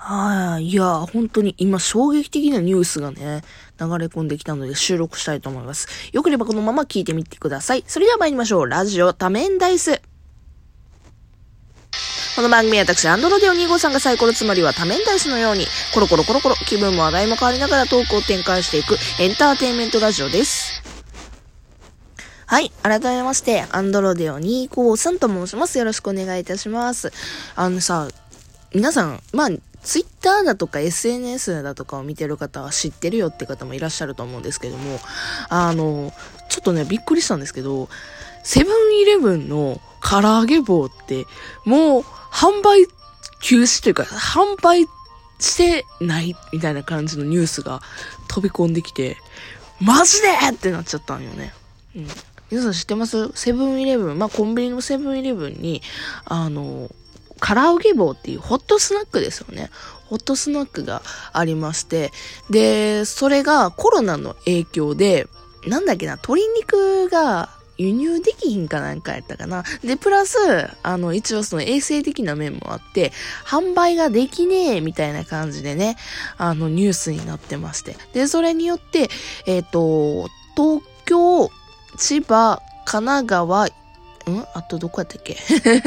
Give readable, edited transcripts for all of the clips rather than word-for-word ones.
はい。いや、本当に今衝撃的なニュースがね、流れ込んできたので収録したいと思います。よければこのまま聞いてみてください。それでは参りましょう。ラジオ多面ダイス。この番組は私、アンドロデオ2号さんがサイコロ、つまりは多面ダイスのように、コロコロコロコロ、気分も話題も変わりながらトークを展開していくエンターテインメントラジオです。はい。改めまして、アンドロデオ2号さんと申します。よろしくお願いいたします。皆さん、ツイッターだとか SNS だとかを見てる方は知ってるよって方もいらっしゃると思うんですけども、ちょっとね、びっくりしたんですけど、セブンイレブンの唐揚げ棒って、もう販売休止というか、販売してないみたいな感じのニュースが飛び込んできて、マジでってなっちゃったんよね。皆さん知ってます？セブンイレブン、コンビニのセブンイレブンに、唐揚げ棒っていうホットスナックですよね。ホットスナックがありまして、で、それがコロナの影響で、鶏肉が輸入できひんかなんかやったかな。で、プラス、一応その衛生的な面もあって、販売ができねえみたいな感じでね、ニュースになってまして。で、それによって、東京、千葉、神奈川、あとどこやったっけ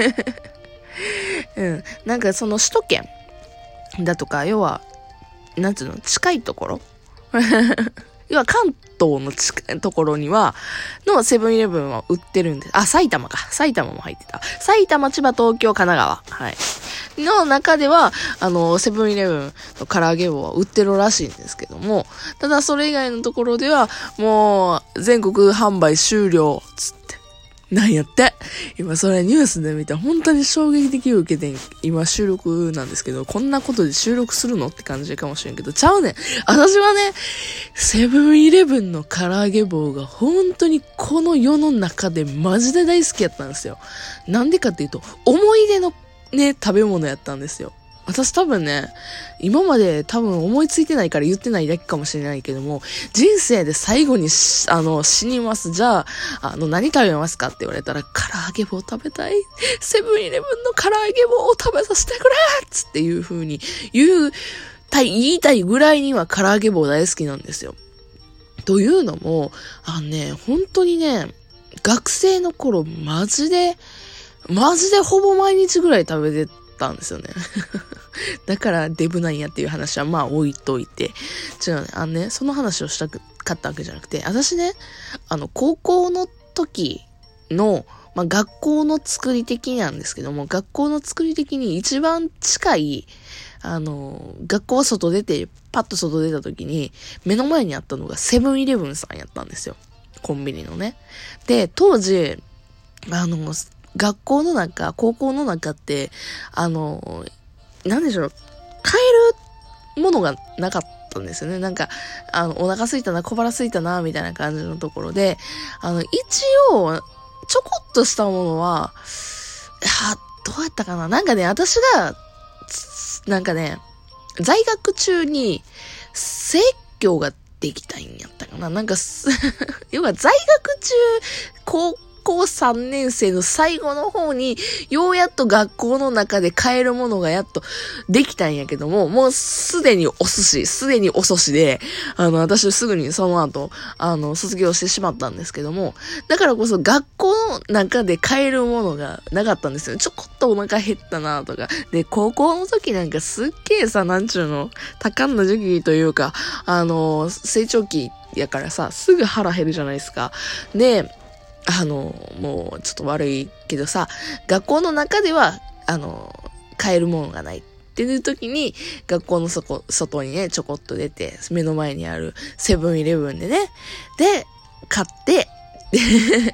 その首都圏だとか、要は、近いところ要は関東の近いところには、のセブンイレブンは売ってるんで、埼玉か。埼玉も入ってた。埼玉、千葉、東京、神奈川。はい。の中では、セブンイレブンの唐揚げ棒は売ってるらしいんですけども、ただそれ以外のところでは、もう、全国販売終了、つって。なんやって。今それニュースで見た本当に衝撃的を受けて今収録なんですけど、こんなことで収録するのって感じかもしれんけど、ちゃうねん。私はね、セブンイレブンの唐揚げ棒が本当にこの世の中でマジで大好きやったんですよ。なんでかっていうと、思い出のね、食べ物やったんですよ。私多分ね、今まで多分思いついてないから言ってないだけかもしれないけども、人生で最後に死にます。じゃあ、何食べますかって言われたら、唐揚げ棒食べたい。セブンイレブンの唐揚げ棒を食べさせてくれつっていう風に言いたいぐらいには唐揚げ棒大好きなんですよ。というのも、本当にね、学生の頃マジでほぼ毎日ぐらい食べてたんですよね。だからデブなんやっていう話は置いといて。違うね。その話をしたかったわけじゃなくて、私ね、高校の時の、学校の作り的なんですけども、学校の作り的に一番近い、学校外出て、パッと外出た時に、目の前にあったのがセブンイレブンさんやったんですよ。コンビニのね。で、当時、学校の中、高校の中って、なんでしょう、買えるものがなかったんですよね。お腹空いたな、小腹空いたな、みたいな感じのところで、一応、ちょこっとしたものは、どうやったかな？私が、在学中に、説教ができたんやったかな？要は在学中、高3年生の最後の方に、ようやっと学校の中で買えるものがやっとできたんやけども、もうすでに遅しで、私すぐにその後、卒業してしまったんですけども、だからこそ学校の中で買えるものがなかったんですよ。ちょこっとお腹減ったなとか。で、高校の時すっげえさ、多感な時期というか、成長期やからさ、すぐ腹減るじゃないですか。で、もうちょっと悪いけどさ、学校の中では、買えるものがないっていう時に、学校の外にね、ちょこっと出て、目の前にあるセブンイレブンでね、で、買って、で、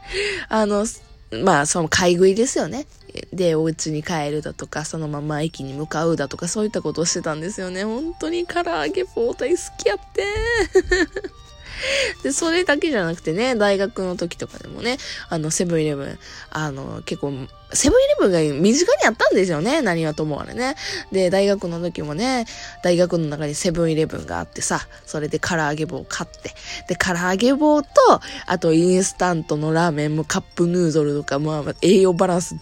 その買い食いですよね。で、お家に帰るだとか、そのまま駅に向かうだとか、そういったことをしてたんですよね。本当に唐揚げ棒大好きやってで、それだけじゃなくてね、大学の時とかでもね、セブンイレブン、結構、セブンイレブンが身近にあったんですよね、何はともあれね。で、大学の時もね、大学の中にセブンイレブンがあってさ、それで唐揚げ棒を買って、で、唐揚げ棒と、あとインスタントのラーメンもカップヌードルとか、栄養バランス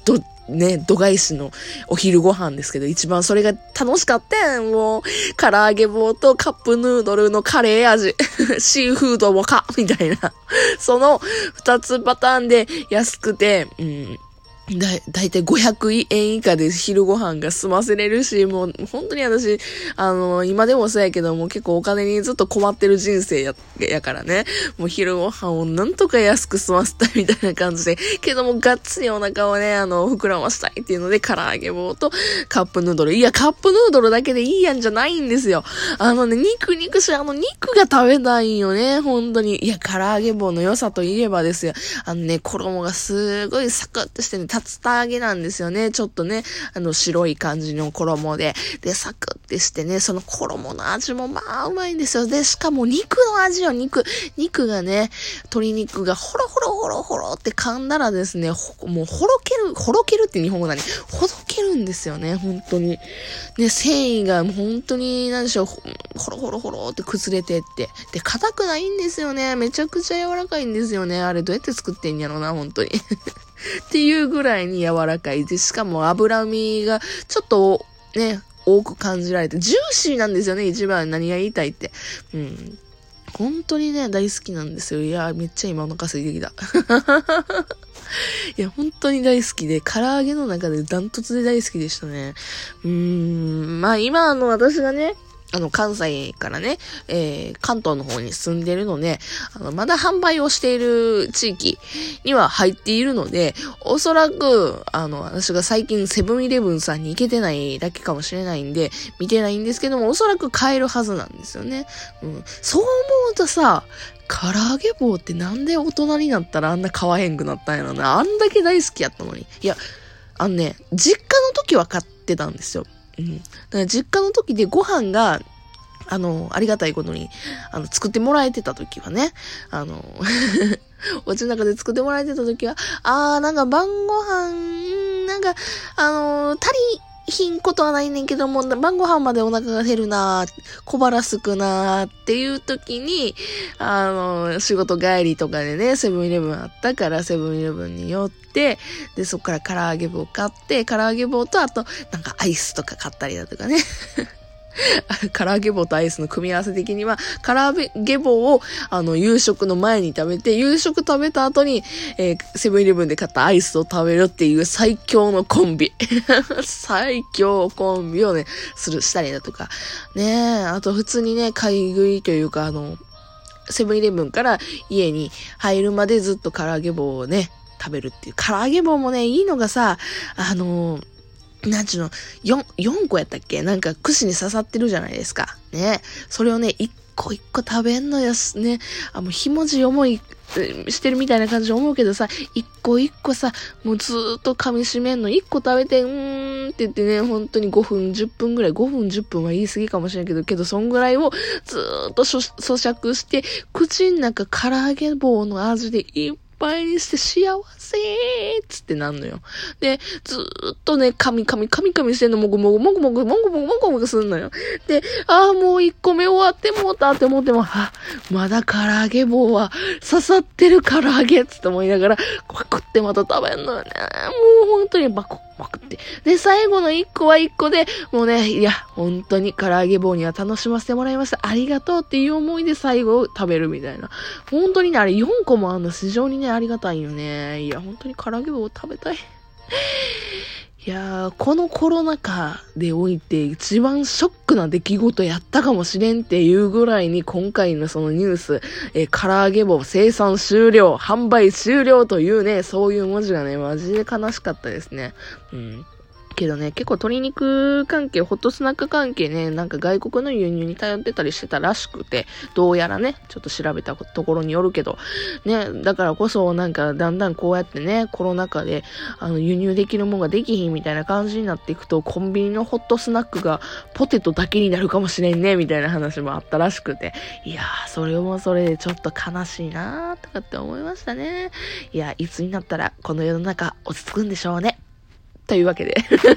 ね、度外視のお昼ご飯ですけど、一番それが楽しかったん。もう、唐揚げ棒とカップヌードルのカレー味、シーフードもか、みたいな。その2つパターンで安くて、だいたい500円以下で昼ご飯が済ませれるし、もう本当に私、今でもそうやけども結構お金にずっと困ってる人生やからね。もう昼ご飯をなんとか安く済ませたいみたいな感じで、けどもがっつりお腹をね、膨らましたいっていうので、唐揚げ棒とカップヌードル。いや、カップヌードルだけでいいやんじゃないんですよ。肉肉が食べたいんよね、本当に。いや、唐揚げ棒の良さといえばですよ。衣がすごいサクッとしてね、竜田揚げなんですよね。ちょっとね、白い感じの衣で。で、サクッてしてね、その衣の味もまあうまいんですよ。で、しかも肉の味よ、肉がね、鶏肉がホロホロって噛んだらですね、もうほろけるって日本語だね。ほどけるんですよね、本当に。ね、繊維が本当に、なんでしょう、ホロって崩れてって。で、硬くないんですよね。めちゃくちゃ柔らかいんですよね。あれどうやって作ってんやろな、本当に。っていうぐらいに柔らかいで、しかも脂身がちょっとね、多く感じられて、ジューシーなんですよね、一番何が言いたいって。本当にね、大好きなんですよ。いや、めっちゃ今お腹空いてきた。いや、本当に大好きで、唐揚げの中でダントツで大好きでしたね。まあ今私がね、関西からね、関東の方に住んでるので、まだ販売をしている地域には入っているので、おそらく、私が最近セブンイレブンさんに行けてないだけかもしれないんで、見てないんですけども、おそらく買えるはずなんですよね。そう思うとさ、唐揚げ棒ってなんで大人になったらあんな買わへんくなったんやろな。あんだけ大好きやったのに。いや、実家の時は買ってたんですよ。だから実家の時でご飯が、ありがたいことに、作ってもらえてた時はね、お家の中で作ってもらえてた時は、なんか晩ご飯、なんか、足りひんことはないねんけども、晩ご飯までお腹が減るな小腹すくなっていう時に、仕事帰りとかでね、セブンイレブンあったからセブンイレブンに寄って、で、そっから唐揚げ棒買って、唐揚げ棒とあと、なんかアイスとか買ったりだとかね。唐揚げ棒とアイスの組み合わせ的には、唐揚げ棒を、夕食の前に食べて、夕食食べた後に、セブンイレブンで買ったアイスを食べるっていう最強のコンビ。最強コンビをね、したりだとか。ねえ、あと普通にね、買い食いというか、セブンイレブンから家に入るまでずっと唐揚げ棒をね、食べるっていう。唐揚げ棒もね、いいのがさ、なんちゅうの、4個やったっけなんか串に刺さってるじゃないですか。ね。それをね、1個1個食べんのやすね。もうひもじ思いしてるみたいな感じで思うけどさ、1個1個さ、もうずーっと噛み締めんの、1個食べて、って言ってね、本当に5分、10分ぐらい、5分、10分は言い過ぎかもしれんけど、そんぐらいをずーっと咀嚼して、口の中唐揚げ棒の味でいっぱいにして幸せーっつってなんのよ。で、ずーっとね、噛みしてんの、もぐもぐすんのよ。で、もう1個目終わってもうたって思っても、まだ唐揚げ棒は刺さってる唐揚げっつって思いながら、パクってまた食べんのよね。もう本当にバクって。で、最後の1個は1個で、もうね、いや、本当に唐揚げ棒には楽しませてもらいました。ありがとうっていう思いで最後を食べるみたいな。本当にね、あれ4個もあんの非常にね、ありがたいよね。いや、本当に唐揚げ棒を食べたい。いやー、このコロナ禍でおいて一番ショックな出来事やったかもしれんっていうぐらいに今回のそのニュース、唐揚げ棒生産終了、販売終了というね、そういう文字がね、マジで悲しかったですね。けどね、結構鶏肉関係、ホットスナック関係ね、なんか外国の輸入に頼ってたりしてたらしくて、どうやらね、ちょっと調べたところによるけど、ね、だからこそなんかだんだんこうやってね、コロナ禍で輸入できるもんができひんみたいな感じになっていくと、コンビニのホットスナックがポテトだけになるかもしれんね、みたいな話もあったらしくて、いやー、それもそれでちょっと悲しいなーとかって思いましたね。いや、いつになったらこの世の中落ち着くんでしょうね。というわけで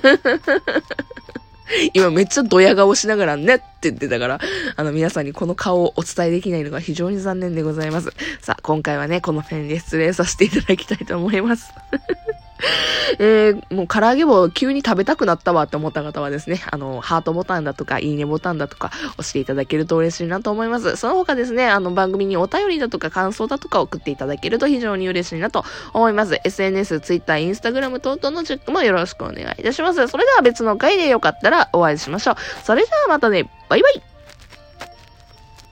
今めっちゃドヤ顔しながらねって言ってたから、皆さんにこの顔をお伝えできないのが非常に残念でございます。さあ、今回はね、この辺で失礼させていただきたいと思います。 もう唐揚げ棒急に食べたくなったわって思った方はですね、ハートボタンだとか、いいねボタンだとか、押していただけると嬉しいなと思います。その他ですね、番組にお便りだとか感想だとか送っていただけると非常に嬉しいなと思います。SNS、Twitter、Instagram 等々のチェックもよろしくお願いいたします。それでは別の回でよかったらお会いしましょう。それではまたね、バイバイ。